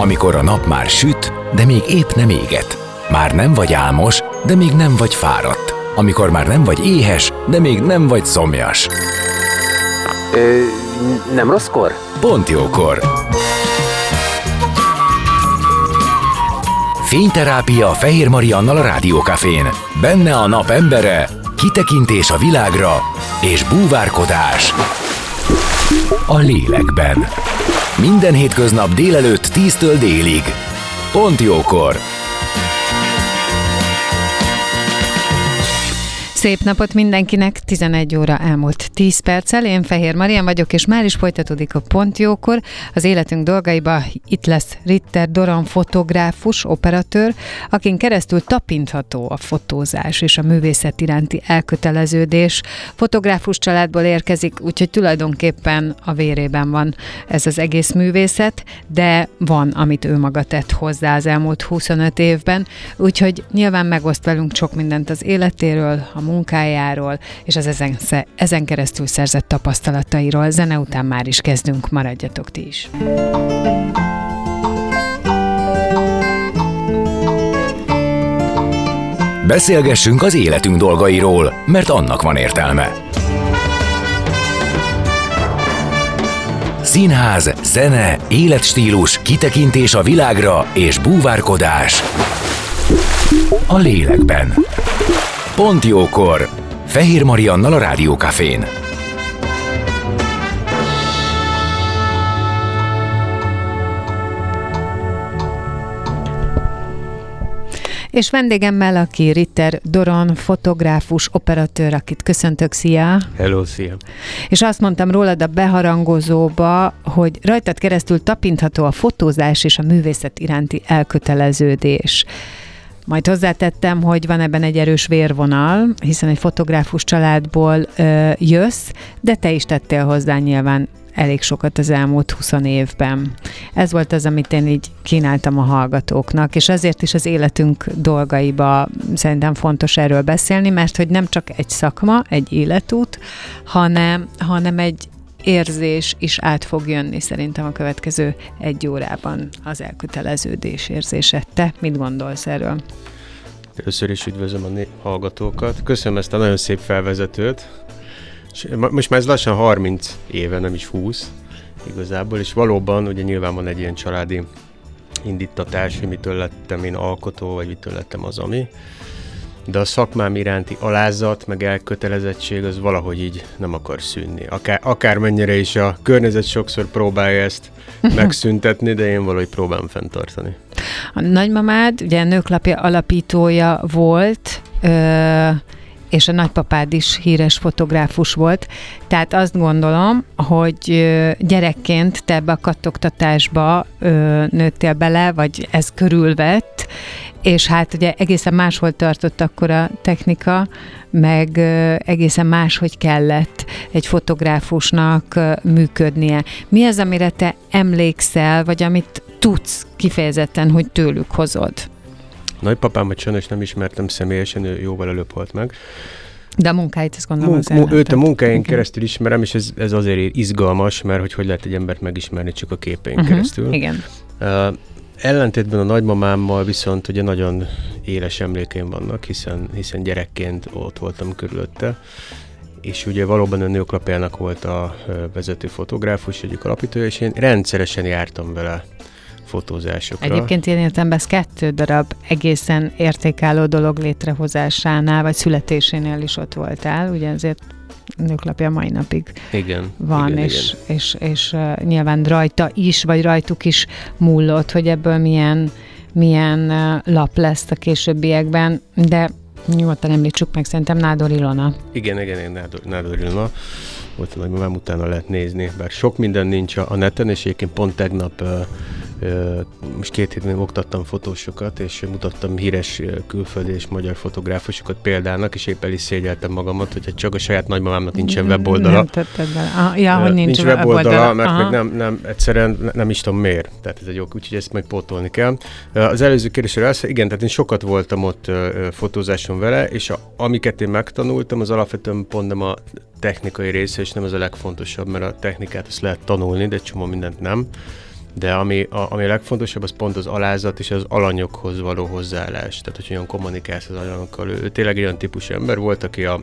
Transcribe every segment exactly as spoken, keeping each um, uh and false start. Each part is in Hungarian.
amikor a nap már süt, de még épp nem éget. Már nem vagy álmos, de még nem vagy fáradt. Amikor már nem vagy éhes, de még nem vagy szomjas. Ö, nem rosszkor? Pont jókor. Fényterápia Fehér Mariannal a Rádiókafén. Benne a nap embere, kitekintés a világra és búvárkodás a lélekben. Minden hétköznap délelőtt tíztől délig. Pont jókor. Szép napot mindenkinek, tizenegy óra elmúlt tíz perccel. Én Fehér Marian vagyok, és már is folytatódik a Pont jókor. Az életünk dolgaiba itt lesz Ritter Doron fotográfus, operatőr, akin keresztül tapintható a fotózás és a művészet iránti elköteleződés. Fotográfus családból érkezik, úgyhogy tulajdonképpen a vérében van ez az egész művészet, de van, amit ő maga tett hozzá az elmúlt huszonöt évben, úgyhogy nyilván megoszt velünk sok mindent az életéről, a munkájáról, és az ezen, ezen keresztül szerzett tapasztalatairól. Zene után már is kezdünk, maradjatok ti is. Beszélgessünk az életünk dolgairól, mert annak van értelme. Színház, zene, életstílus, kitekintés a világra és búvárkodás a lélekben. Pont jókor. Fehér Mariannal a Rádiókafén. És vendégemmel, aki Ritter Doron, fotográfus, operatőr, akit köszöntök, szia! Hello, szia! És azt mondtam rólad a beharangozóba, hogy rajtad keresztül tapintható a fotózás és a művészet iránti elköteleződés. Majd hozzátettem, hogy van ebben egy erős vérvonal, hiszen egy fotográfus családból ö, jössz, de te is tettél hozzá nyilván elég sokat az elmúlt húsz évben. Ez volt az, amit én így kínáltam a hallgatóknak, és azért is az életünk dolgaiba szerintem fontos erről beszélni, mert hogy nem csak egy szakma, egy életút, hanem, hanem egy érzés is át fog jönni szerintem a következő egy órában, az elköteleződés érzése. Te mit gondolsz erről? Először is üdvözlöm a né- hallgatókat. Köszönöm ezt a nagyon szép felvezetőt. És most már ez lassan harminc éve, nem is húsz igazából, és valóban ugye nyilván van egy ilyen családi indítatás, hogy mitől lettem én alkotó, vagy mitől lettem az, ami. De a szakmám iránti alázat, meg elkötelezettség az valahogy így nem akar szűnni. Akár, akármennyire is a környezet sokszor próbálja ezt megszüntetni, de én valahogy próbálom fenntartani. A nagymamád ugye Nőklapja alapítója volt, ö, és a nagypapád is híres fotográfus volt. Tehát azt gondolom, hogy gyerekként te ebbe a kattogtatásba ö, nőttél bele, vagy ez körülvett, és hát ugye egészen máshol tartott akkor a technika, meg egészen máshogy kellett egy fotográfusnak működnie. Mi az, amire te emlékszel, vagy amit tudsz kifejezetten, hogy tőlük hozod? Nagypapámat sajnos nem ismertem személyesen, ő jóval előbb halt meg. De a munkáit, ezt gondolom, Munk, az Őt a munkáin okay. keresztül ismerem, és ez, ez azért izgalmas, mert hogy, hogy lehet egy embert megismerni csak a képein uh-huh, keresztül. Igen. Uh, ellentétben a nagymamámmal viszont ugye nagyon éles emlékeim vannak, hiszen, hiszen gyerekként ott voltam körülötte, és ugye valóban a Nőklapjának volt a vezető fotográfus, egyik alapítója, és én rendszeresen jártam vele fotózásokra. Egyébként ilyen értelemben ez kettő darab egészen értékálló dolog létrehozásánál, vagy születésénél is ott voltál, ugye ezért Nőklapja mai napig igen, van, igen, és, igen. és, és, és uh, nyilván rajta is, vagy rajtuk is múlott, hogy ebből milyen, milyen uh, lap lesz a későbbiekben, de nyugodtan említsük meg, szerintem Nádor Ilona. Igen, igen, igen, Nádor, Nádor Ilona. Volt a nagymamám, utána lehet nézni, bár sok minden nincs a, a neten, és egyébként pont tegnap uh, uh, most két hétben oktattam fotósokat, és mutattam híres uh, külföldi és magyar fotográfusokat példának, és épp el is szégyeltem magamat, hogyha csak a saját nagymamámnak nincsen weboldala. Nem tetted bele. Ah, ja, hogy nincs, nincs weboldala, weboldala mert aha. még nem, nem, egyszerűen nem is tudom miért. Tehát ez egy ok, úgyhogy ezt majd pótolni kell. Az előző kérdésre az, igen, tehát én sokat voltam ott uh, fotózáson vele, és a, amiket én megtanultam, az alapvetően pont nem a technikai része, és nem az a legfontosabb, mert a technikát azt lehet tanulni, de egy csomó mindent nem. de ami a, ami a legfontosabb, az pont az alázat és az alanyokhoz való hozzáállás. Tehát, hogy olyan kommunikálsz az alanyokkal. Ő, ő tényleg olyan típusú ember volt, aki a,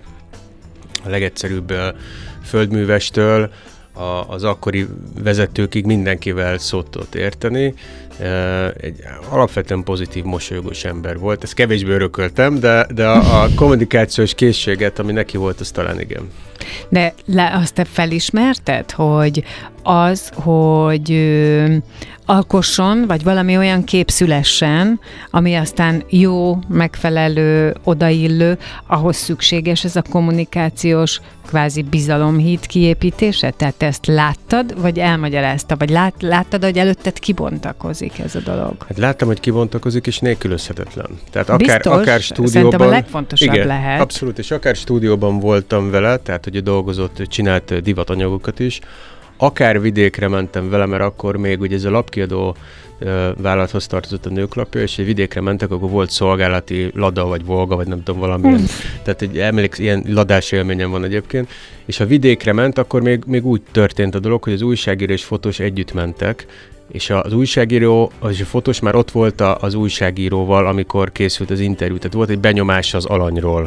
a legegyszerűbb uh, földművestől a, az akkori vezetőkig mindenkivel szót tudott érteni. Uh, egy alapvetően pozitív, mosolygós ember volt. Ezt kevésbé örököltem, de, de a, a kommunikációs készséget, ami neki volt, az talán igen. De le, azt te felismerted, hogy az, hogy ö, alkosson, vagy valami olyan kép szülessen, ami aztán jó, megfelelő, odaillő, ahhoz szükséges ez a kommunikációs kvázi bizalomhíd kiépítése? Tehát te ezt láttad, vagy elmagyarázta, vagy lát, láttad, hogy előtted kibontakozik ez a dolog? Hát láttam, hogy kibontakozik, és nélkülözhetetlen. Tehát akár, Biztos, akár stúdióban... szerintem a legfontosabb igen, lehet. Abszolút, és akár stúdióban voltam vele, tehát hogy dolgozott, csinált divatanyagokat is, akár vidékre mentem vele, mert akkor még ugye ez a lapkiadó ö, vállalathoz tartozott a Nőklapja, és egy vidékre mentek, akkor volt szolgálati Lada, vagy Volga, vagy nem tudom, valamilyen. Hmm. Tehát egy emléksz, ilyen ladás élményem van egyébként. És ha vidékre ment, akkor még, még úgy történt a dolog, hogy az újságíró és fotós együtt mentek, és az újságíró, az a fotós már ott volt az újságíróval, amikor készült az interjú, tehát volt egy benyomás az alanyról.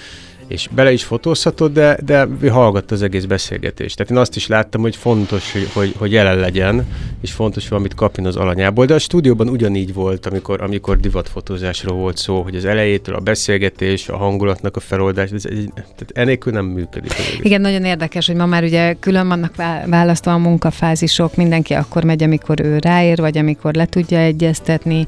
És bele is fotózhatod, de, de hallgatta az egész beszélgetést. Tehát én azt is láttam, hogy fontos, hogy, hogy, hogy jelen legyen, és fontos valamit kapjon az alanyából. De a stúdióban ugyanígy volt, amikor, amikor divatfotózásról volt szó, hogy az elejétől a beszélgetés, a hangulatnak a feloldás, ez, ez, tehát enélkül nem működik. Igen, nagyon érdekes, hogy ma már ugye külön vannak választva a munkafázisok, mindenki akkor megy, amikor ő ráér, vagy amikor le tudja egyeztetni.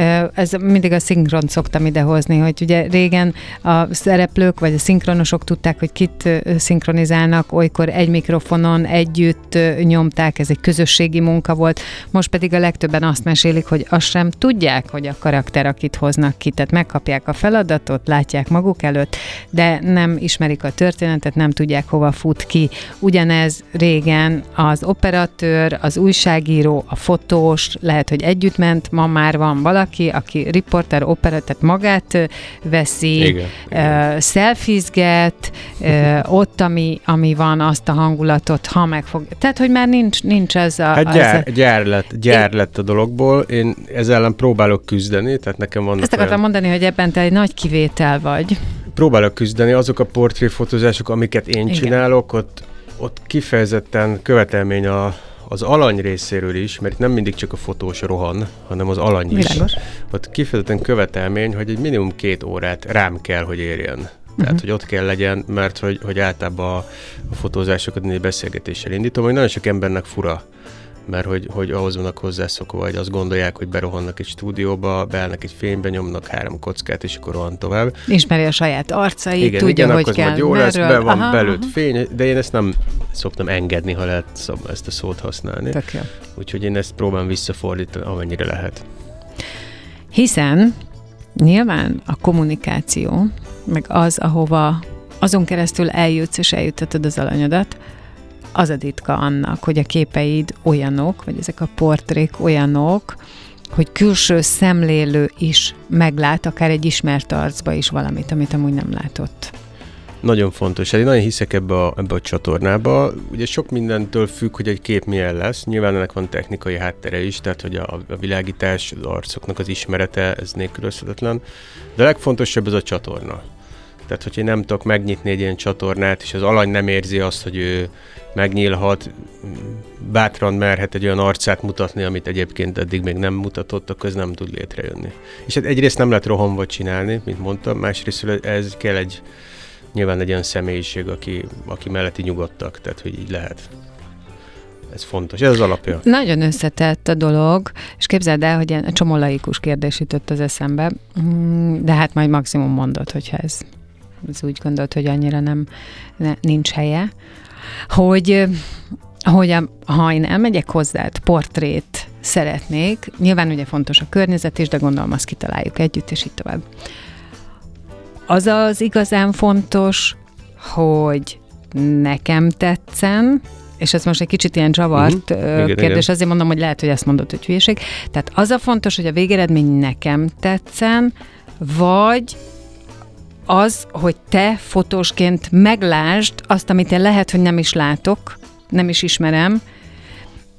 Ez mindig a szinkront szoktam idehozni, hogy ugye régen a szereplők, vagy a szinkronosok tudták, hogy kit szinkronizálnak, olykor egy mikrofonon együtt nyomták, ez egy közösségi munka volt, most pedig a legtöbben azt mesélik, hogy azt sem tudják, hogy a karakter, akit hoznak ki, tehát megkapják a feladatot, látják maguk előtt, de nem ismerik a történetet, nem tudják, hova fut ki. Ugyanez régen az operatőr, az újságíró, a fotós, lehet, hogy együtt ment, ma már van valaki, aki riporter, operatőr, tehát magát veszi, igen, uh, selfizget, uh, ott, ami, ami van, azt a hangulatot, ha megfog. Tehát, hogy már nincs, nincs ez a... Hát gyár, a... gyár, lett, gyár lett a dologból, én ezzel ellen próbálok küzdeni, tehát nekem vannak... Ezt akartam olyan... mondani, hogy ebben te egy nagy kivétel vagy. Próbálok küzdeni, azok a portréfotózások, amiket én igen. csinálok, ott, ott kifejezetten követelmény a az alany részéről is, mert nem mindig csak a fotós rohan, hanem az alany is. Világos. Ott kifejezetten követelmény, hogy egy minimum két órát rám kell, hogy érjen. Uh-huh. Tehát, hogy ott kell legyen, mert hogy, hogy általában a, a fotózásokat egy beszélgetéssel indítom, hogy nagyon sok embernek fura, mert hogy, hogy ahhoz vannak hozzászokva, hogy azt gondolják, hogy berohannak egy stúdióba, beállnak egy fénybe, nyomnak három kockát, és akkor rohan tovább. Ismeri a saját arcait, igen, tudja, igen, hogy kell. Jó lesz, be van aha, belőtt aha. fény, de én ezt nem szoktam engedni, ha lehet ezt a szót használni. Úgyhogy én ezt próbálom visszafordítani, amennyire lehet. Hiszen nyilván a kommunikáció, meg az, ahova azon keresztül eljutsz és eljuttatod az alanyodat, az a titka annak, hogy a képeid olyanok, vagy ezek a portrék olyanok, hogy külső szemlélő is meglát, akár egy ismert arcba is valamit, amit amúgy nem látott. Nagyon fontos. Én nagyon hiszek ebbe a, ebbe a csatornába. Ugye sok mindentől függ, hogy egy kép milyen lesz. Nyilván ennek van technikai háttere is, tehát hogy a, a világítás, az arcoknak az ismerete, ez nélkülözhetetlen. De a legfontosabb ez a csatorna. Tehát, hogyha nem tudok megnyitni egy ilyen csatornát, és az alany nem érzi azt, hogy ő megnyílhat, bátran merhet egy olyan arcát mutatni, amit egyébként eddig még nem mutatott, akkor ez nem tud létrejönni. És hát egyrészt nem lehet rohanva csinálni, mint mondtam, másrészt ez kell egy, nyilván egy olyan személyiség, aki, aki melletti nyugodtak, tehát hogy így lehet. Ez fontos, ez az alapja. Nagyon összetett a dolog, és képzeld el, hogy egy csomó laikus kérdés jutott az eszembe, de hát majd maximum mondod, hogyha ez, ez úgy gondolt, hogy annyira nem, ne, nincs helye, hogy, hogy a, ha én elmegyek hozzád, portrét szeretnék, nyilván ugye fontos a környezet is, de gondolom azt kitaláljuk együtt, és így tovább. Az az igazán fontos, hogy nekem tetszen, és ez most egy kicsit ilyen csavart uh-huh. kérdés, igen, igen. Azért mondom, hogy lehet, hogy ezt mondod, hogy hülyeség. Tehát az a fontos, hogy a végeredmény nekem tetszen, vagy az, hogy te fotósként meglásd azt, amit én lehet, hogy nem is látok, nem is ismerem,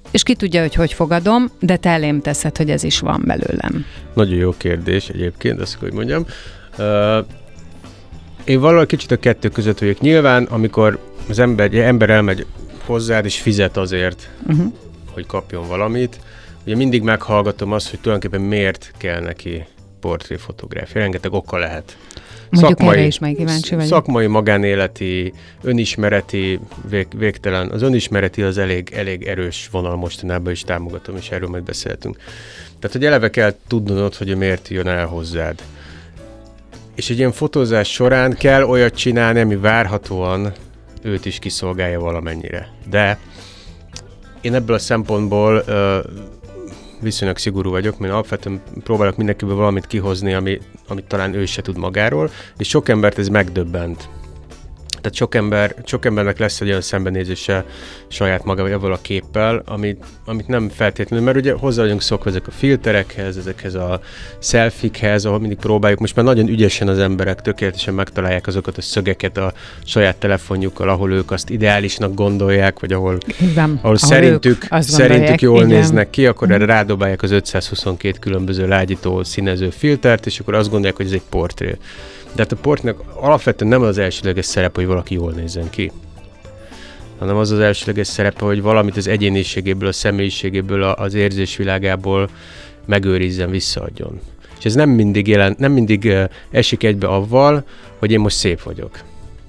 és ki tudja, hogy hogy fogadom, de te elém teszed, hogy ez is van belőlem. Nagyon jó kérdés egyébként, azt hogy mondjam. Uh, én valahol kicsit a kettő között vagyok. Nyilván, amikor az ember, egy ember elmegy hozzád, és fizet azért, uh-huh. hogy kapjon valamit, ugye mindig meghallgatom azt, hogy tulajdonképpen miért kell neki portréfotográfia. Rengeteg oka lehet. Mondjuk szakmai, erre is meg kíváncsi vagyok. Szakmai, magánéleti, önismereti, vég, végtelen. Az önismereti az elég, elég erős vonal mostanában, is támogatom, és erről majd beszéltünk. Tehát, hogy eleve kell tudnod, hogy miért jön el hozzád. És egy ilyen fotózás során kell olyat csinálni, ami várhatóan őt is kiszolgálja valamennyire. De én ebből a szempontból uh, viszonylag szigorú vagyok, mert alapvetően próbálok mindenkiből valamit kihozni, ami, amit talán ő se tud magáról, és sok embert ez megdöbbent. Tehát sok, ember, sok embernek lesz egy olyan szembenézése saját maga, vagy avval a képpel, amit, amit nem feltétlenül, mert ugye hozzá vagyunk szokva ezek a filterekhez, ezekhez a selfikhez, ahol mindig próbáljuk, most már nagyon ügyesen az emberek tökéletesen megtalálják azokat a szögeket a saját telefonjukkal, ahol ők azt ideálisnak gondolják, vagy ahol, igen, ahol, ahol szerintük, szerintük jól igen. néznek ki, akkor erre rádobálják az ötszázhuszonkettő különböző lágyító, színező filtert, és akkor azt gondolják, hogy ez egy portré. De hát a portnak alapvetően nem az elsődleges szerep, hogy valaki jól nézzen ki, hanem az az elsődleges szerepe, hogy valamit az egyéniségéből, a személyiségéből, az érzésvilágából megőrizzen, visszaadjon. És ez nem mindig, jelent, nem mindig uh, esik egybe avval, hogy én most szép vagyok.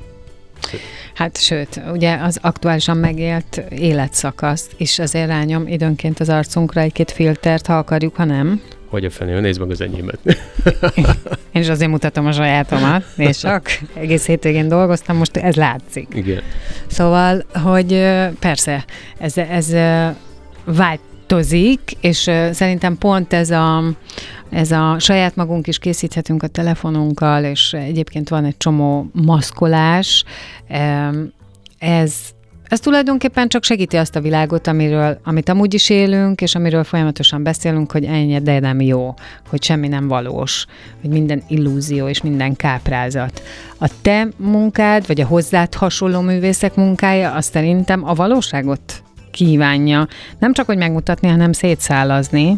Hát sőt, ugye az aktuálisan megélt életszakaszt is azért rányom időnként az arcunkra egy-két filtert, ha akarjuk, ha nem. Hogy a fenél, nézd meg az enyémet. Én is azért mutatom a sajátomat, és csak egész hétvégén dolgoztam, most ez látszik. Igen. Szóval, hogy persze, ez, ez változik, és szerintem pont ez a, ez a saját magunk is készíthetünk a telefonunkkal, és egyébként van egy csomó maszkolás, ez Ez tulajdonképpen csak segíti azt a világot, amiről, amit amúgy is élünk, és amiről folyamatosan beszélünk, hogy ennyi, de nem jó, hogy semmi nem valós, hogy minden illúzió és minden káprázat. A te munkád, vagy a hozzád hasonló művészek munkája, azt szerintem a valóságot kívánja. Nem csak, hogy megmutatni, hanem szétszálazni.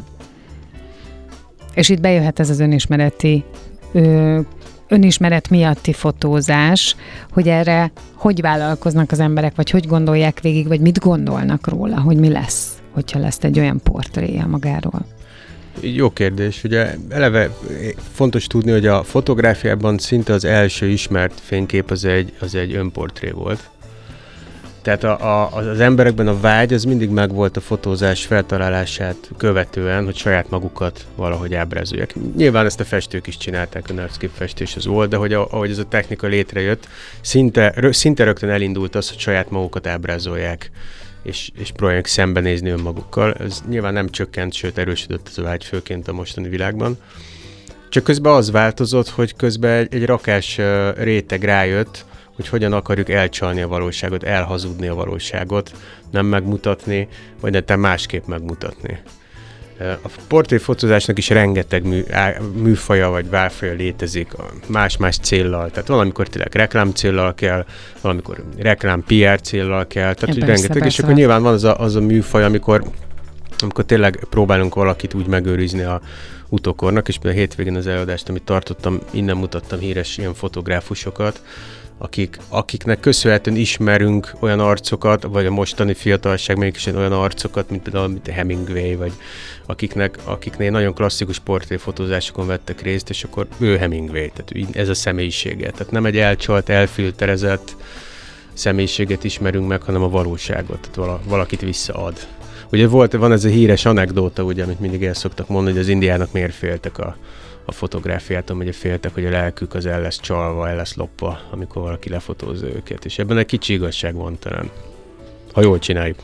És itt bejöhet ez az önismereti ö, önismeret miatti fotózás, hogy erre hogy vállalkoznak az emberek, vagy hogy gondolják végig, vagy mit gondolnak róla, hogy mi lesz, hogyha lesz egy olyan portréja magáról. Jó kérdés. Ugye eleve fontos tudni, hogy a fotográfiában szinte az első ismert fénykép az egy, az egy önportré volt. Tehát a, a, az emberekben a vágy az mindig megvolt a fotózás feltalálását követően, hogy saját magukat valahogy ábrázolják. Nyilván ezt a festők is csinálták, a nerdscape festés az volt, de hogy ahogy ez a technika létrejött, szinte, rö, szinte rögtön elindult az, hogy saját magukat ábrázolják, és, és próbálják szembenézni önmagukkal. Ez nyilván nem csökkent, sőt erősödött ez a vágy, főként a mostani világban. Csak közben az változott, hogy közben egy, egy rakás réteg rájött, hogy hogyan akarjuk elcsalni a valóságot, elhazudni a valóságot, nem megmutatni, vagy netán másképp megmutatni. A portréfotózásnak is rengeteg mű, á, műfaja vagy válfaja létezik, más-más céllal. Tehát valamikor tényleg reklám céllal kell, valamikor reklám pé er céllal kell, tehát ja, persze, rengeteg, persze. És akkor nyilván van az a, az a műfaj, amikor, amikor tényleg próbálunk valakit úgy megőrizni a utókornak, és például a hétvégén az előadást, amit tartottam, innen mutattam híres ilyen fotográfusokat, Akik, akiknek köszönhetően ismerünk olyan arcokat, vagy a mostani fiatalság mégis olyan arcokat, mint például mint Hemingway, vagy akiknek, akiknél nagyon klasszikus portréfotózásokon vettek részt, és akkor ő Hemingway, tehát ez a személyisége. Tehát nem egy elcsalt, elfilterezett személyiséget ismerünk meg, hanem a valóságot, tehát valakit visszaad. Ugye volt, van ez a híres anekdóta, ugye, amit mindig el szoktak mondani, hogy az indiának miért féltek a a fotográfiától, ugye féltek, hogy a lelkük az el lesz csalva, el lesz lopva, amikor valaki lefotózza őket. És ebben egy kicsi igazság van talán, ha jól csináljuk.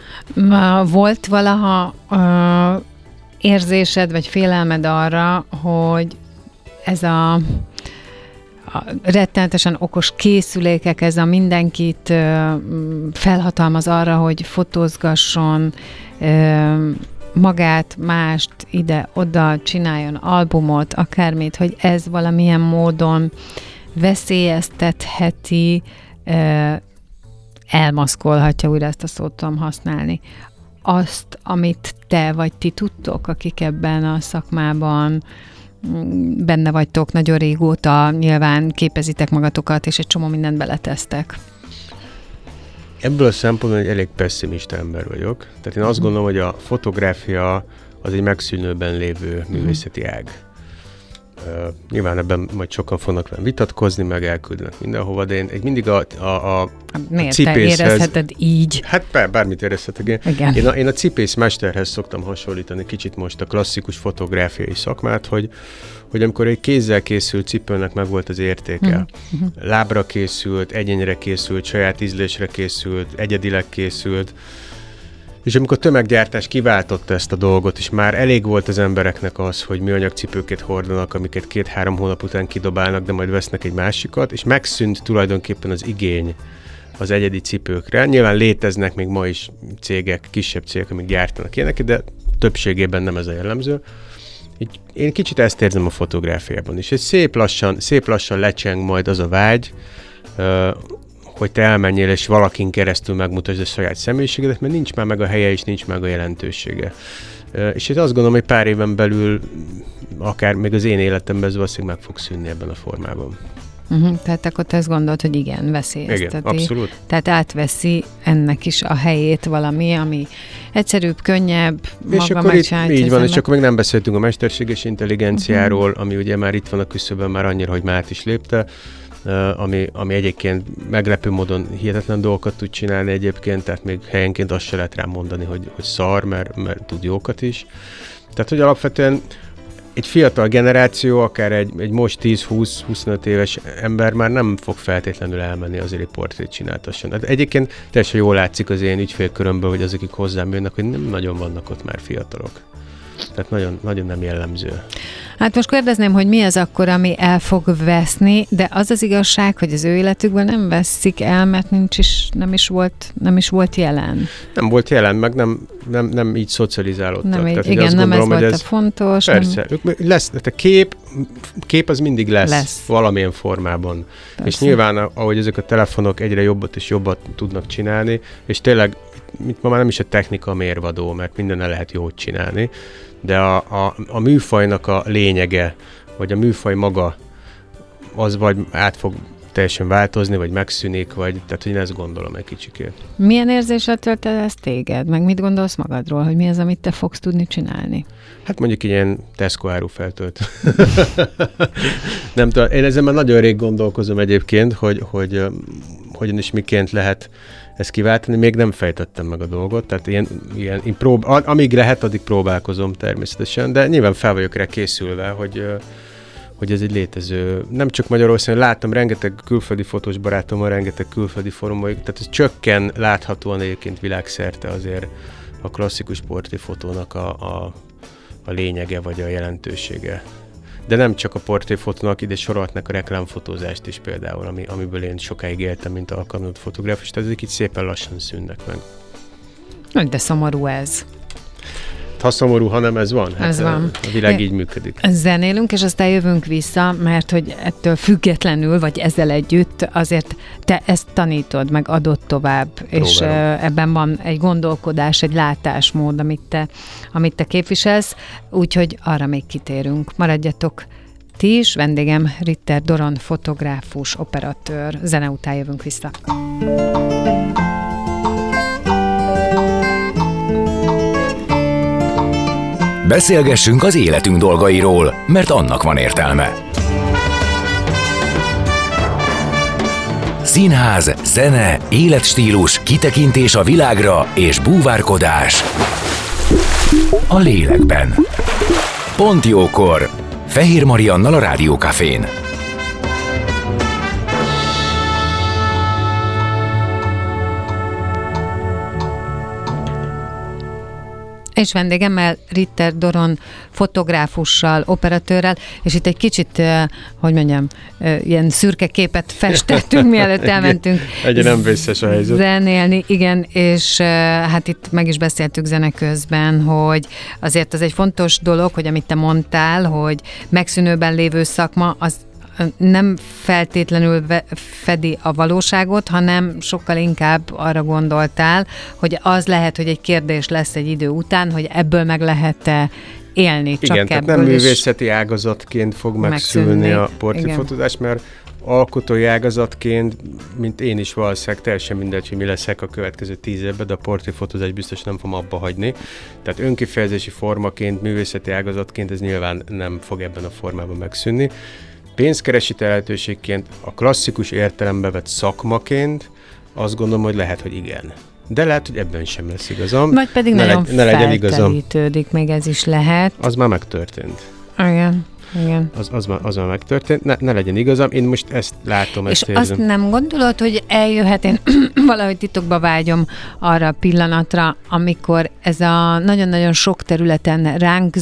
Volt valaha uh, érzésed, vagy félelmed arra, hogy ez a, a rettenetesen okos készülékek, ez a mindenkit uh, felhatalmaz arra, hogy fotózgasson, uh, magát, mást ide-oda csináljon albumot, akármit, hogy ez valamilyen módon veszélyeztetheti, elmaszkolhatja, újra ezt a szót tudom használni, azt, amit te vagy ti tudtok, akik ebben a szakmában benne vagytok nagyon régóta, nyilván képezitek magatokat, és egy csomó mindent beletesztek? Ebből a szempontból egy elég pessimista ember vagyok. Tehát én azt gondolom, hogy a fotográfia az egy megszűnőben lévő művészeti ág. Uh, nyilván ebben majd sokan fognak velem vitatkozni, meg elküldenek mindenhova, de én egy mindig a, a, a, Miért a cipészhez... te érezheted így? Hát bár, bármit érezhetek én. Igen. Én a, én a cipészmesterhez szoktam hasonlítani kicsit most a klasszikus fotográfiai szakmát, hogy, hogy amikor egy kézzel készült cipőnek meg volt az értéke, uh-huh. lábra készült, egyénre készült, saját ízlésre készült, egyedileg készült, és amikor tömeggyártás kiváltotta ezt a dolgot, és már elég volt az embereknek az, hogy műanyag cipőket hordanak, amiket két-három hónap után kidobálnak, de majd vesznek egy másikat, és megszűnt tulajdonképpen az igény az egyedi cipőkre. Nyilván léteznek még ma is cégek, kisebb cégek, amik gyártanak ilyeneket, de többségében nem ez a jellemző. Így én kicsit ezt érzem a fotográfiában is. És szép lassan, szép lassan lecseng majd az a vágy, hogy te elmenjél és valakin keresztül megmutasd a saját személyiségedet, mert nincs már meg a helye és nincs meg a jelentősége. És én azt gondolom, hogy pár éven belül, akár még az én életemben ez valószínűleg meg fog szűnni ebben a formában. Uh-huh, tehát akkor te azt gondolod, hogy igen, veszélyezteti. Igen, abszolút. Tehát átveszi ennek is a helyét valami, ami egyszerűbb, könnyebb, és maga akkor itt, így van, ember... és akkor még nem beszéltünk a mesterséges intelligenciáról, uh-huh. ami ugye már itt van a küszöbön, már annyira, hogy már át is lépte, Uh, ami, ami egyébként meglepő módon hihetetlen dolgokat tud csinálni egyébként, tehát még helyenként azt se lehet rám mondani, hogy, hogy szar, mert, mert tud jókat is. Tehát, hogy alapvetően egy fiatal generáció, akár egy, egy most tíz-húsz-huszonöt éves ember már nem fog feltétlenül elmenni azért egy portrét csináltasson. Hát egyébként teljesen jól látszik az én ügyfélkörömből, hogy azok, akik hozzám jönnek, hogy nem nagyon vannak ott már fiatalok. Tehát nagyon, nagyon nem jellemző. Hát most kérdezném, hogy mi az akkor, ami el fog veszni, de az az igazság, hogy az ő életükben nem veszik el, mert nincs is, nem is volt, nem is volt jelen. Nem volt jelen, meg nem, nem, nem így szocializálódtak. Nem így, Tehát, igen, azt nem gondolom, ez volt ez, a fontos. Persze, nem... ők lesz, tehát a kép, kép az mindig lesz, lesz. valamilyen formában. Persze. És nyilván, ahogy ezek a telefonok egyre jobbat és jobbat tudnak csinálni, és tényleg, mint ma már nem is a technika a mérvadó, mert mindennel lehet jót csinálni, de a, a, a műfajnak a lényege, vagy a műfaj maga, az vagy át fog teljesen változni, vagy megszűnik, vagy, tehát hogy én ezt gondolom egy kicsikét. Milyen érzésre tölt el ez téged? Meg mit gondolsz magadról, hogy mi az, amit te fogsz tudni csinálni? Hát mondjuk ilyen Tesco áru feltölt. Nem tudom, én ezen már nagyon rég gondolkozom egyébként, hogy, hogy hogyan és miként lehet ezt kiváltani, még nem fejtettem meg a dolgot, tehát ilyen, ilyen én prób- amíg lehet, addig próbálkozom természetesen, de nyilván fel vagyok rá készülve, hogy, hogy ez egy létező, nem csak Magyarországon, láttam rengeteg külföldi fotós barátommal, rengeteg külföldi fórumon, tehát ez csökken láthatóan egyébként világszerte azért a klasszikus portréfotónak a, a, a lényege vagy a jelentősége. De nem csak a portréfotónak, ide sorolhatnak a reklámfotózást is például, ami, amiből én sokáig éltem, mint alkalmazott fotográfus, tehát ezek itt szépen lassan szűnnek meg. De szomorú ez. Ha szomorú, ha nem ez van. Hát ez van. A világ így működik. Zenélünk, és aztán jövünk vissza, mert hogy ettől függetlenül, vagy ezzel együtt, azért te ezt tanítod, meg adod tovább, Próbálom. És ebben van egy gondolkodás, egy látásmód, amit te, amit te képviselsz, úgyhogy arra még kitérünk. Maradjatok ti is, vendégem Ritter Doron, fotográfus, operatőr. Zene után jövünk vissza. Beszélgessünk az életünk dolgairól, mert annak van értelme. Színház, zene, életstílus, kitekintés a világra és búvárkodás a lélekben. Pont jókor! Fehér Mariannal a Rádió Cafén. És vendégemmel, Ritter Doron, fotográfussal, operatőrrel, és itt egy kicsit, hogy mondjam, ilyen szürke képet festettünk, mielőtt elmentünk Egyre nem vészes a helyzet. Zenélni, igen, és hát itt meg is beszéltük zene közben, hogy azért az egy fontos dolog, hogy amit te mondtál, hogy megszűnőben lévő szakma, az nem feltétlenül fedi a valóságot, hanem sokkal inkább arra gondoltál, hogy az lehet, hogy egy kérdés lesz egy idő után, hogy ebből meg lehet-e élni. Csak igen, tehát nem művészeti ágazatként fog megszűnni, megszűnni a portréfotózás, mert alkotói ágazatként, mint én is valószínűleg teljesen mindegy, hogy mi leszek a következő tíz évben, de a portréfotózás biztos nem fogom abba hagyni. Tehát önkifejezési formaként, művészeti ágazatként ez nyilván nem fog ebben a formában megszűnni. Pénzkeresi lehetőségként, a klasszikus értelembe vett szakmaként azt gondolom, hogy lehet, hogy igen. De lehet, hogy ebben sem lesz igazam. Vagy pedig ne nagyon legy, ne feltelítődik, még ez is lehet. Az már megtörtént. Igen. Igen. Az, az, már, az már megtörtént, ne, ne legyen igazam, én most ezt látom, és ezt érzem. És azt nem gondolod, hogy eljöhet, én valahogy titokba vágyom arra a pillanatra, amikor ez a nagyon-nagyon sok területen ránk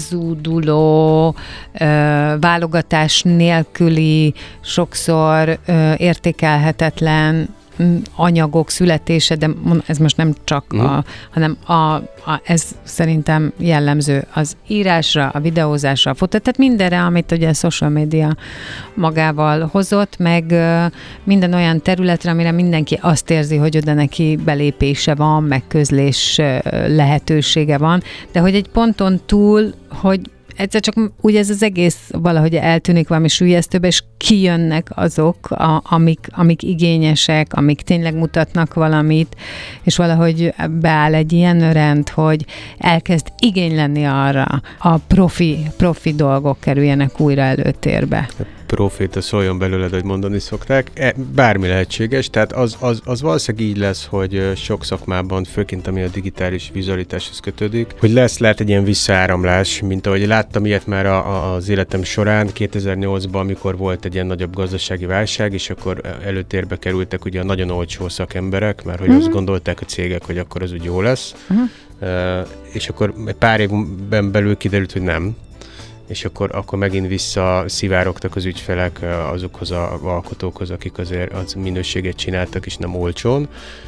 zúduló, ö, válogatás nélküli, sokszor ö, értékelhetetlen anyagok születése, de ez most nem csak, mm. a, hanem a, a, ez szerintem jellemző az írásra, a videózásra, a fotó, tehát mindenre, amit ugye a social media magával hozott, meg minden olyan területre, amire mindenki azt érzi, hogy oda neki belépése van, meg közlés lehetősége van, de hogy egy ponton túl, hogy egyszer csak úgy ez az egész valahogy eltűnik valami süllyesztőbe, és kijönnek azok, a, amik, amik igényesek, amik tényleg mutatnak valamit, és valahogy beáll egy ilyen rend, hogy elkezd igény lenni arra, a profi, profi dolgok kerüljenek újra előtérbe. Proféta szóljon belőled, hogy mondani szokták. E, bármi lehetséges, tehát az, az, az valószínűleg így lesz, hogy sok szakmában, főként ami a digitális vizualitáshoz kötődik, hogy lesz, lehet egy ilyen visszaáramlás, mint ahogy láttam ilyet már a, a, az életem során, kétezer-nyolcban, amikor volt egy ilyen nagyobb gazdasági válság, és akkor előtérbe kerültek ugye a nagyon olcsó szakemberek, mert hogy uh-huh. azt gondolták a cégek, hogy akkor az úgy jó lesz, uh-huh. uh, és akkor pár évben belül kiderült, hogy nem. És akkor, akkor megint vissza szivárogtak az ügyfelek azokhoz az alkotókhoz, akik azért az minőséget csináltak, és nem olcsón.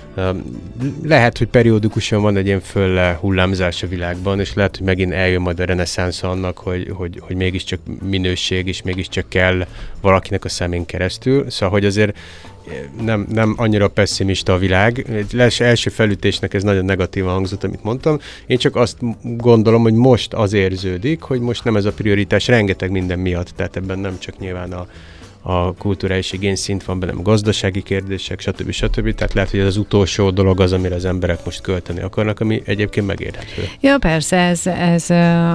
Lehet, hogy periódikusan van egy ilyen fölle hullámzás a világban, és lehet, hogy megint eljön majd a reneszánsz annak, hogy, hogy, hogy mégiscsak minőség, és mégiscsak kell valakinek a szemén keresztül. Szóval, hogy azért nem, nem annyira pessimista a világ. Les első felütésnek ez nagyon negatívan hangzott, amit mondtam. Én csak azt gondolom, hogy most az érződik, hogy most nem ez a prioritás rengeteg minden miatt, tehát ebben nem csak nyilván a a kulturális igényszint van, hanem gazdasági kérdések, stb. stb. Tehát lehet, hogy ez az utolsó dolog az, amire az emberek most költeni akarnak, ami egyébként megérhető. Ja, persze, ez, ez,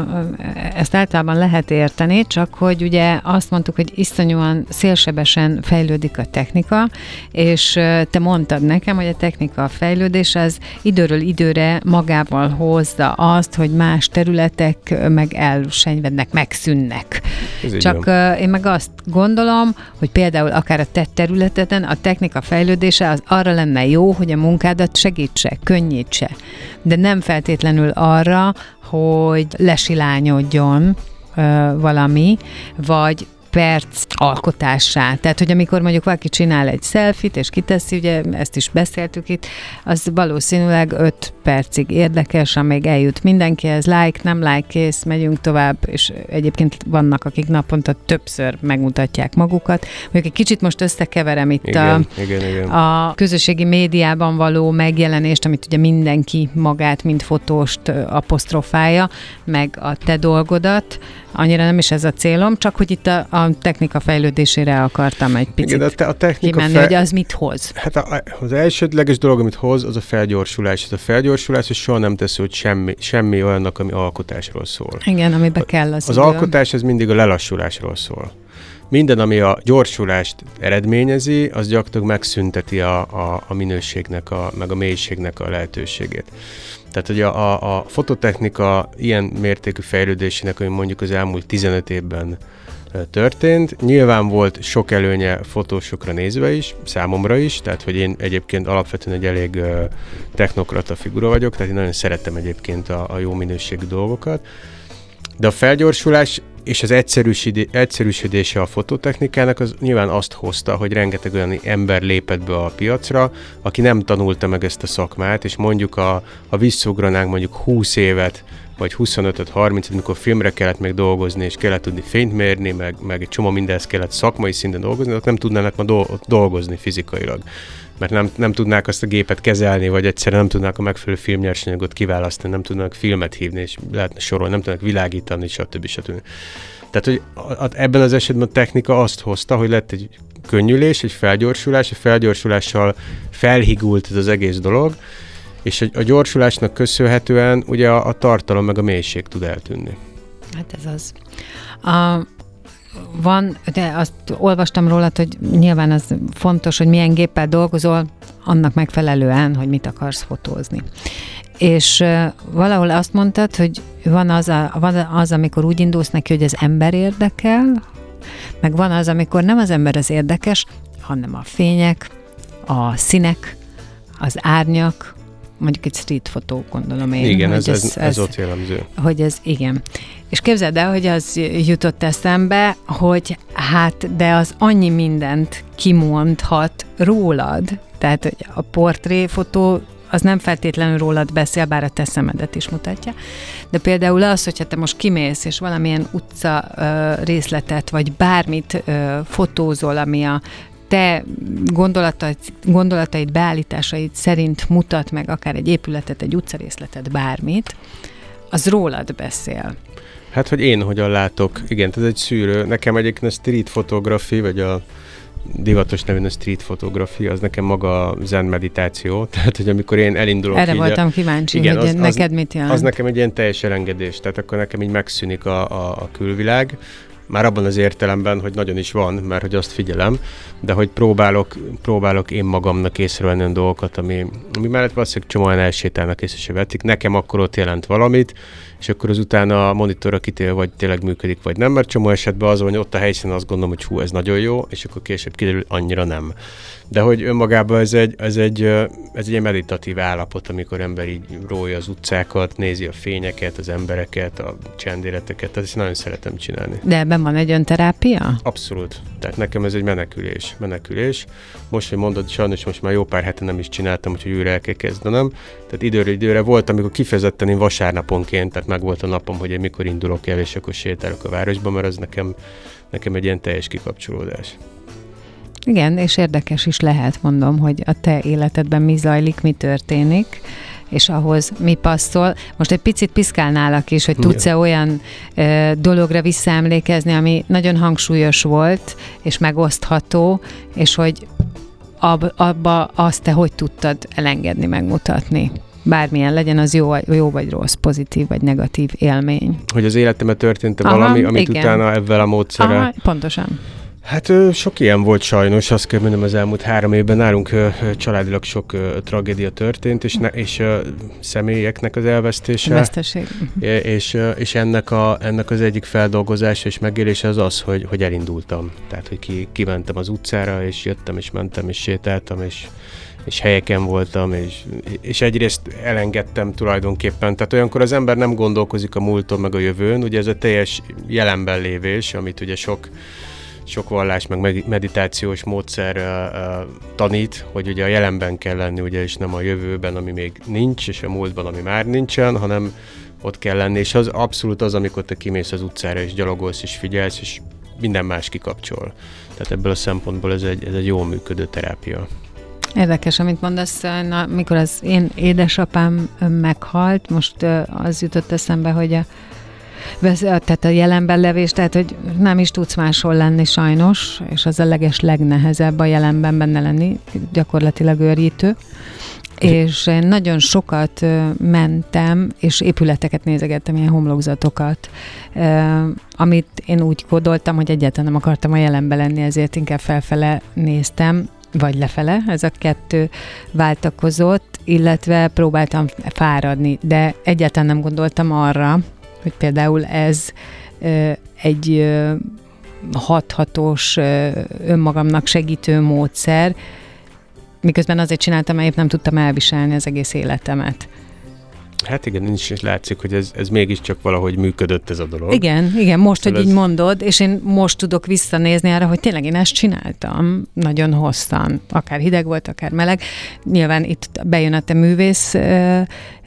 ezt általában lehet érteni, csak hogy ugye azt mondtuk, hogy iszonyúan szélsebesen fejlődik a technika, és te mondtad nekem, hogy a technika fejlődés az időről időre magával hozza azt, hogy más területek meg elsenyvednek, megszűnnek. Csak én meg azt gondolom, hogy például akár a te területeden a technika fejlődése az arra lenne jó, hogy a munkádat segítse, könnyítse, de nem feltétlenül arra, hogy lesilányodjon ö, valami, vagy perc alkotássá. Tehát, hogy amikor mondjuk valaki csinál egy selfit, és kiteszi, ugye ezt is beszéltük itt, az valószínűleg öt percig érdekes, amíg eljut mindenkihez, like, nem like, kész, megyünk tovább, és egyébként vannak, akik naponta többször megmutatják magukat. Mondjuk egy kicsit most összekeverem itt igen, a, igen, igen. a közösségi médiában való megjelenést, amit ugye mindenki magát, mint fotóst apostrofálja, meg a te dolgodat. Annyira nem is ez a célom, csak hogy itt a, a technika fejlődésére akartam egy picit igen, a te, a kimenni, fel... hogy az mit hoz. Hát a, az elsődleges dolog, amit hoz, az a felgyorsulás. Ez a felgyorsulás, hogy soha nem tesz, hogy semmi, semmi olyannak, ami alkotásról szól. Igen, amiben kell az Az idő. alkotás, ez mindig a lelassulásról szól. Minden, ami a gyorsulást eredményezi, az gyakorlatilag megszünteti a, a, a minőségnek, a, meg a mélységnek a lehetőségét. Tehát, hogy a, a, a fototechnika ilyen mértékű fejlődésének, ami mondjuk az elmúlt tizenöt évben történt. Nyilván volt sok előnye fotósokra nézve is, számomra is, tehát, hogy én egyébként alapvetően egy elég uh, technokrata figura vagyok, tehát én nagyon szeretem egyébként a, a jó minőségű dolgokat. De a felgyorsulás és az egyszerűsödése a fototechnikának az nyilván azt hozta, hogy rengeteg olyan ember lépett be a piacra, aki nem tanulta meg ezt a szakmát, és mondjuk a, ha visszugranánk mondjuk húsz évet vagy huszonötöt harmincot, amikor filmre kellett még dolgozni, és kellett tudni fényt mérni, meg, meg egy csomó mindenhez kellett szakmai szinten dolgozni, ott nem tudnának ma do- dolgozni fizikailag. Mert nem, nem tudnák azt a gépet kezelni, vagy egyszerűen nem tudnák a megfelelő filmnyersanyagot kiválasztani, nem tudnak filmet hívni, és lehetne sorolni, nem tudnak világítani, stb. stb. Tehát, hogy ebben az esetben a technika azt hozta, hogy lett egy könnyülés, egy felgyorsulás, a felgyorsulással felhigult ez az egész dolog, és a gyorsulásnak köszönhetően ugye a, a tartalom meg a mélység tud eltűnni. Hát ez az. A, van, de azt olvastam rólad, hogy nyilván az fontos, hogy milyen géppel dolgozol, annak megfelelően, hogy mit akarsz fotózni. És uh, valahol azt mondtad, hogy van az, a, van az, amikor úgy indulsz neki, hogy az ember érdekel, meg van az, amikor nem az ember az érdekes, hanem a fények, a színek, az árnyak, mondjuk egy street fotó, gondolom én. Igen, ez, ez, ez, ez ott jellemző. Hogy ez, igen. És képzeld el, hogy az jutott eszembe, hogy hát, de az annyi mindent kimondhat rólad, tehát hogy a portréfotó az nem feltétlenül rólad beszél, bár a te szemedet is mutatja, de például az, hogyha te most kimész, és valamilyen utca uh, részletet, vagy bármit uh, fotózol, ami a te gondolataid, gondolataid, beállításait szerint mutat meg akár egy épületet, egy utcarészletet, bármit, az rólad beszél. Hát, hogy én hogyan látok. Igen, ez egy szűrő. Nekem egyébként a street photography, vagy a divatos nevén a street photography, az nekem maga zen meditáció. Tehát, hogy amikor én elindulok Erre így voltam a, kíváncsi, igen, hogy az, neked az, mit jelent. Az nekem egy ilyen teljes elengedés. Tehát akkor nekem így megszűnik a, a, a külvilág. Már abban az értelemben, hogy nagyon is van, mert hogy azt figyelem, de hogy próbálok, próbálok én magamnak észrevenni olyan dolgokat, ami, ami mellett valószínűleg csomóan elsétálnak észre se vetik. Nekem akkor ott jelent valamit, és akkor azután a monitorra kitér, vagy tényleg működik, vagy nem, mert csomó esetben az, hogy ott a helyszínen azt gondolom, hogy hú, ez nagyon jó, és akkor később kiderül, annyira nem. De hogy önmagában ez egy, ez egy, ez egy meditatív állapot, amikor ember így rója az utcákat, nézi a fényeket, az embereket, a csendéleteket, ezt nagyon szeretem csinálni. De ebben van egy önterápia? Abszolút. Tehát nekem ez egy menekülés. menekülés. Most, hogy mondod, sajnos most már jó pár hete nem is csináltam, úgyhogy újra el kell kezdenem. Tehát időről időre volt, amikor kifejezetten én vasárnaponként, tehát meg volt a napom, hogy én mikor indulok el, és akkor sétálok a városba, mert az nekem, nekem egy ilyen teljes kikapcsolódás. Igen, és érdekes is lehet, mondom, hogy a te életedben mi zajlik, mi történik, és ahhoz mi passzol. Most egy picit piszkálnálak is, hogy tudsz-e olyan ö, dologra visszaemlékezni, ami nagyon hangsúlyos volt, és megosztható, és hogy ab, abba azt te hogy tudtad elengedni, megmutatni? Bármilyen legyen, az jó, jó vagy rossz, pozitív vagy negatív élmény. Hogy az életemben történt valami, amit igen. utána ebben a módszerrel... Aha, pontosan. Hát sok ilyen volt sajnos, azt kell mondom, az elmúlt három évben nálunk családilag sok tragédia történt, és, ne, és személyeknek az elvesztése. Veszteség. És, és ennek, a, ennek az egyik feldolgozása és megélése az az, hogy, hogy elindultam. Tehát, hogy ki, kimentem az utcára, és jöttem, és mentem, és sétáltam, és, és helyeken voltam, és, és egyrészt elengedtem tulajdonképpen. Tehát olyankor az ember nem gondolkozik a múlton, meg a jövőn, ugye ez a teljes jelenben lévés, amit ugye sok sok vallás, meg meditációs módszer uh, uh, tanít, hogy ugye a jelenben kell lenni, ugye, és nem a jövőben, ami még nincs, és a múltban, ami már nincsen, hanem ott kell lenni, és az abszolút az, amikor te kimész az utcára, és gyalogolsz, és figyelsz, és minden más kikapcsol. Tehát ebből a szempontból ez egy, ez egy jól működő terápia. Érdekes, amit mondasz, na, mikor az én édesapám meghalt, most uh, az jutott eszembe, hogy a tehát a jelenben levés, tehát hogy nem is tudsz máshol lenni sajnos, és az a leges legnehezebb a jelenben benne lenni, gyakorlatilag őrjítő. És én nagyon sokat mentem, és épületeket nézegettem, ilyen homlokzatokat, amit én úgy kódoltam, hogy egyáltalán nem akartam a jelenben lenni, ezért inkább felfele néztem, vagy lefele, ez a kettő váltakozott, illetve próbáltam fáradni, de egyáltalán nem gondoltam arra, hogy például ez ö, egy ö, hathatós, ö, önmagamnak segítő módszer, miközben azért csináltam, mert épp nem tudtam elviselni az egész életemet. Hát igen, nincs is látszik, hogy ez, ez mégiscsak valahogy működött ez a dolog. Igen, igen, most, szóval hogy ez... így mondod, és én most tudok visszanézni arra, hogy tényleg én ezt csináltam nagyon hosszan. Akár hideg volt, akár meleg. Nyilván itt bejön a te művész uh,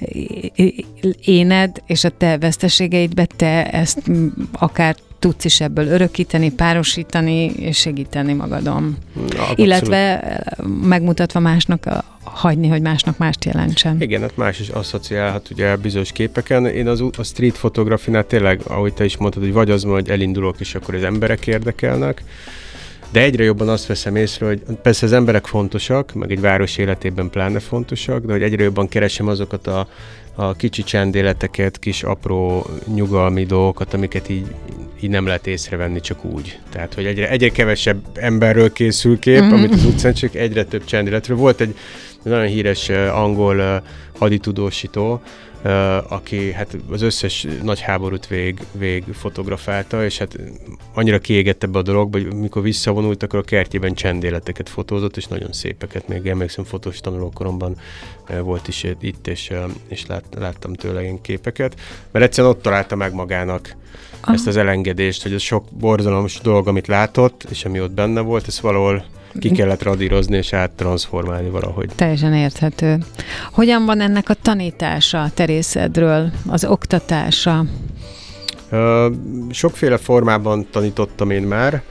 éned, és a te veszteségeidbe te ezt akár tudsz is ebből örökíteni, párosítani, és segíteni magadon. Na, illetve megmutatva másnak, hagyni, hogy másnak mást jelentsen. Igen, hát más is asszociálhat ugye bizonyos képeken. Én az, a street fotografinál tényleg, ahogy te is mondtad, hogy vagy az van, hogy elindulok, és akkor az emberek érdekelnek, de egyre jobban azt veszem észre, hogy persze az emberek fontosak, meg egy város életében pláne fontosak, de hogy egyre jobban keresem azokat a, a kicsi csendéleteket, kis apró nyugalmi dolgokat, amiket így, így nem lehet észrevenni csak úgy. Tehát, hogy egyre, egyre kevesebb emberről készül kép, mm-hmm. amit az utcán, csak egyre több csendéletről. Volt egy nagyon híres uh, angol uh, haditudósító, Uh, aki hát az összes nagy háborút vég, vég fotografálta, és hát annyira kiégett ebbe a dologba, hogy mikor visszavonult, akkor a kertjében csendéleteket fotózott, és nagyon szépeket. Még emlékszem, fotós tanulókoromban uh, volt is itt, és, uh, és lát, láttam tőle ilyen képeket, mert egyszerűen ott találta meg magának ah. ezt az elengedést, hogy az sok borzalmas dolog, amit látott, és ami ott benne volt, ez valahol ki kellett radírozni és áttranszformálni valahogy. Teljesen érthető. Hogyan van ennek a tanítása te részedről, az oktatása? Uh, sokféle formában tanítottam én már.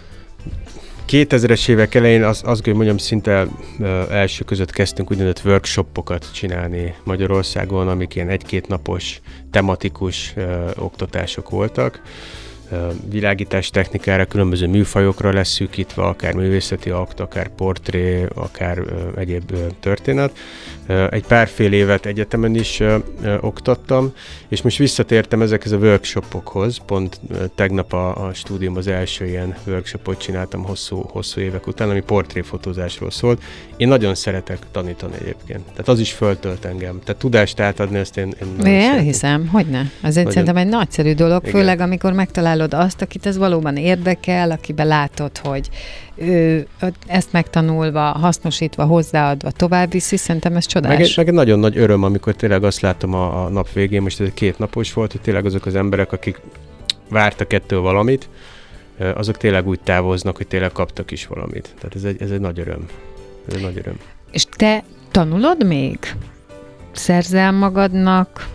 kétezres évek elején az, azt hogy mondjam, szinte uh, első között kezdtünk úgynevezett workshopokat csinálni Magyarországon, amik ilyen egy-két napos tematikus uh, oktatások voltak. Világítás technikára, különböző műfajokra lesz szűkítve, akár művészeti akt, akár portré, akár ö, egyéb ö, történet. Ö, egy pár fél évet egyetemen is ö, ö, oktattam, és most visszatértem ezekhez a workshopokhoz. Pont ö, tegnap a, a stúdium az első ilyen workshopot csináltam hosszú, hosszú évek után, ami portréfotózásról szólt. Én nagyon szeretek tanítani egyébként. Tehát az is föltölt engem. Tehát tudást átadni, ezt én, én nagyon elhiszem, hogyne. Az egy szerintem egy nagyszerű dolog, igen. Főleg amikor megtalálod azt, akit ez valóban érdekel, akiben látod, hogy ő ezt megtanulva, hasznosítva, hozzáadva tovább viszi, szerintem ez csodás. Meg egy, meg egy nagyon nagy öröm, amikor tényleg azt látom a, a nap végén, most ez két napos volt, hogy tényleg azok az emberek, akik vártak ettől valamit, azok tényleg úgy távoznak, hogy tényleg kaptak is valamit. Tehát ez egy, ez egy nagy öröm. Ez egy nagy öröm. És te tanulod még? Szerzel magadnak?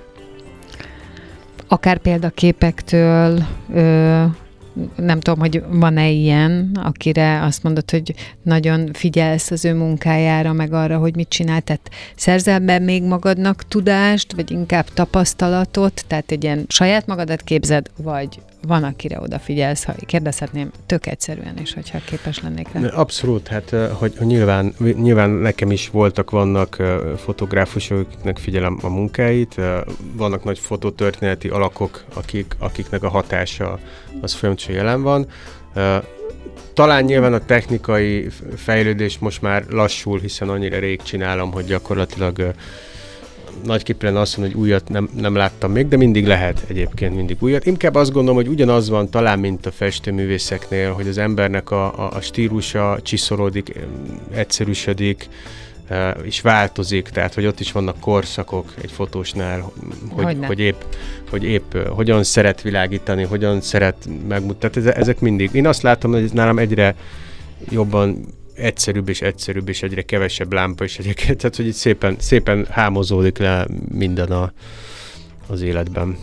Akár példaképektől, ö, nem tudom, hogy van-e ilyen, akire azt mondod, hogy nagyon figyelsz az ő munkájára, meg arra, hogy mit csinál. Tehát szerzel be még magadnak tudást, vagy inkább tapasztalatot, tehát egy ilyen saját magadat képzed, vagy van, akire odafigyelsz, ha kérdezhetném tök egyszerűen is, hogyha képes lennék rá. Abszolút, hát hogy, hogy nyilván, nyilván nekem is voltak, vannak fotográfusok, akiknek figyelem a munkáit, vannak nagy fototörténeti alakok, akik, akiknek a hatása az folyamatosan jelen van. Talán nyilván a technikai fejlődés most már lassul, hiszen annyira rég csinálom, hogy gyakorlatilag nagyképpen azt mondom, hogy újat nem, nem láttam még, de mindig lehet egyébként mindig újat. Inkább azt gondolom, hogy ugyanaz van talán, mint a festőművészeknél, hogy az embernek a, a, a stílusa csiszolódik, egyszerűsödik, és változik, tehát hogy ott is vannak korszakok egy fotósnál, hogy, hogy, épp, hogy épp hogyan szeret világítani, hogyan szeret megmutatni. Tehát ezek mindig. Én azt látom, hogy ez nálam egyre jobban egyszerűbb és egyszerűbb, és egyre kevesebb lámpa, és egyre, tehát hogy itt szépen, szépen hámozódik le minden a, az életben.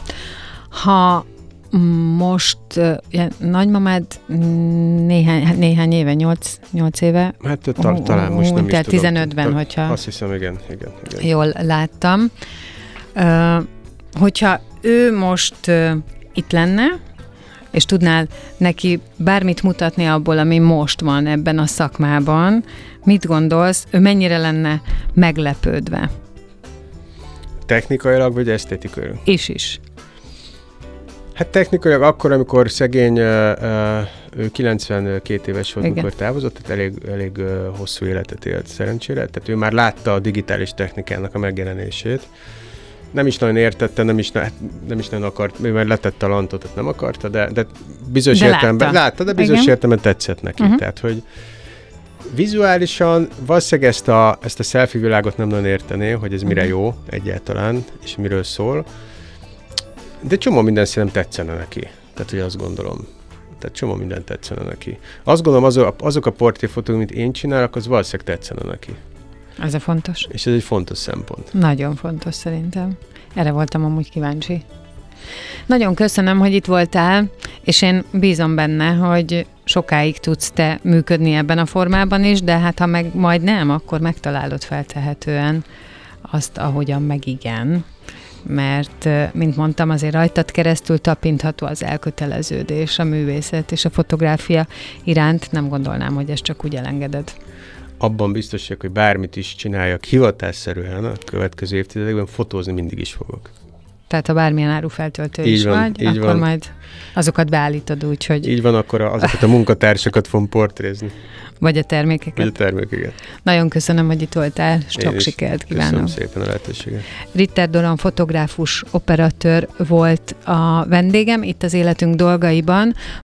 Ha most ja, nagymamád néhány, néhány éve, nyolc, nyolc éve? Hát ta, talán most nem is tudom. tizenötben, ta, hogyha azt hiszem, igen, igen, igen. Jól láttam. Uh, hogyha ő most uh, itt lenne, és tudnál neki bármit mutatni abból, ami most van ebben a szakmában, mit gondolsz, ő mennyire lenne meglepődve? Technikailag vagy esztétikailag? Is is. Hát technikailag akkor, amikor szegény, ő kilencvenkét éves volt, igen. Amikor távozott, tehát elég, elég hosszú életet élt szerencsére, tehát ő már látta a digitális technikának a megjelenését. Nem is nagyon értette, nem is, nem is nagyon akart, mivel letette a lantot, tehát nem akarta, de, de bizonyos de értelemben látta. látta, de bizonyos igen. értelemben tetszett neki. Uh-huh. Tehát, hogy Vizuálisan valószínűleg ezt a, ezt a selfie világot nem nagyon értené, hogy ez mire jó egyáltalán, és miről szól. De csomó minden szerintem tetszene neki. Tehát, hogy azt gondolom. Tehát csomó minden tetszene neki. Azt gondolom, azok, azok a portréfotók, amit én csinálok, az valószínűleg tetszene neki. Ez a fontos. És ez egy fontos szempont. Nagyon fontos szerintem. Erre voltam amúgy kíváncsi. Nagyon köszönöm, hogy itt voltál, és én bízom benne, hogy sokáig tudsz te működni ebben a formában is, de hát ha meg majd nem, akkor megtalálod feltehetően azt, ahogyan meg igen. Mert, mint mondtam, azért rajtad keresztül tapintható az elköteleződés, a művészet és a fotográfia iránt. Nem gondolnám, hogy ezt csak úgy elengeded. Abban biztos vagyok, hogy bármit is csináljak hivatásszerűen a következő évtizedekben, fotózni mindig is fogok. Tehát ha bármilyen árufeltöltő így is van, vagy, akkor van. majd azokat beállítod úgy, hogy... Így van, akkor azokat a munkatársakat fogom portrézni. Vagy a termékeket. Vagy a termékeket. Nagyon köszönöm, hogy itt voltál, és sok Én sikert kívánok. Köszönöm szépen a lehetőséget. Ritter Doron fotográfus, operatőr volt a vendégem itt az Életünk dolgaiban.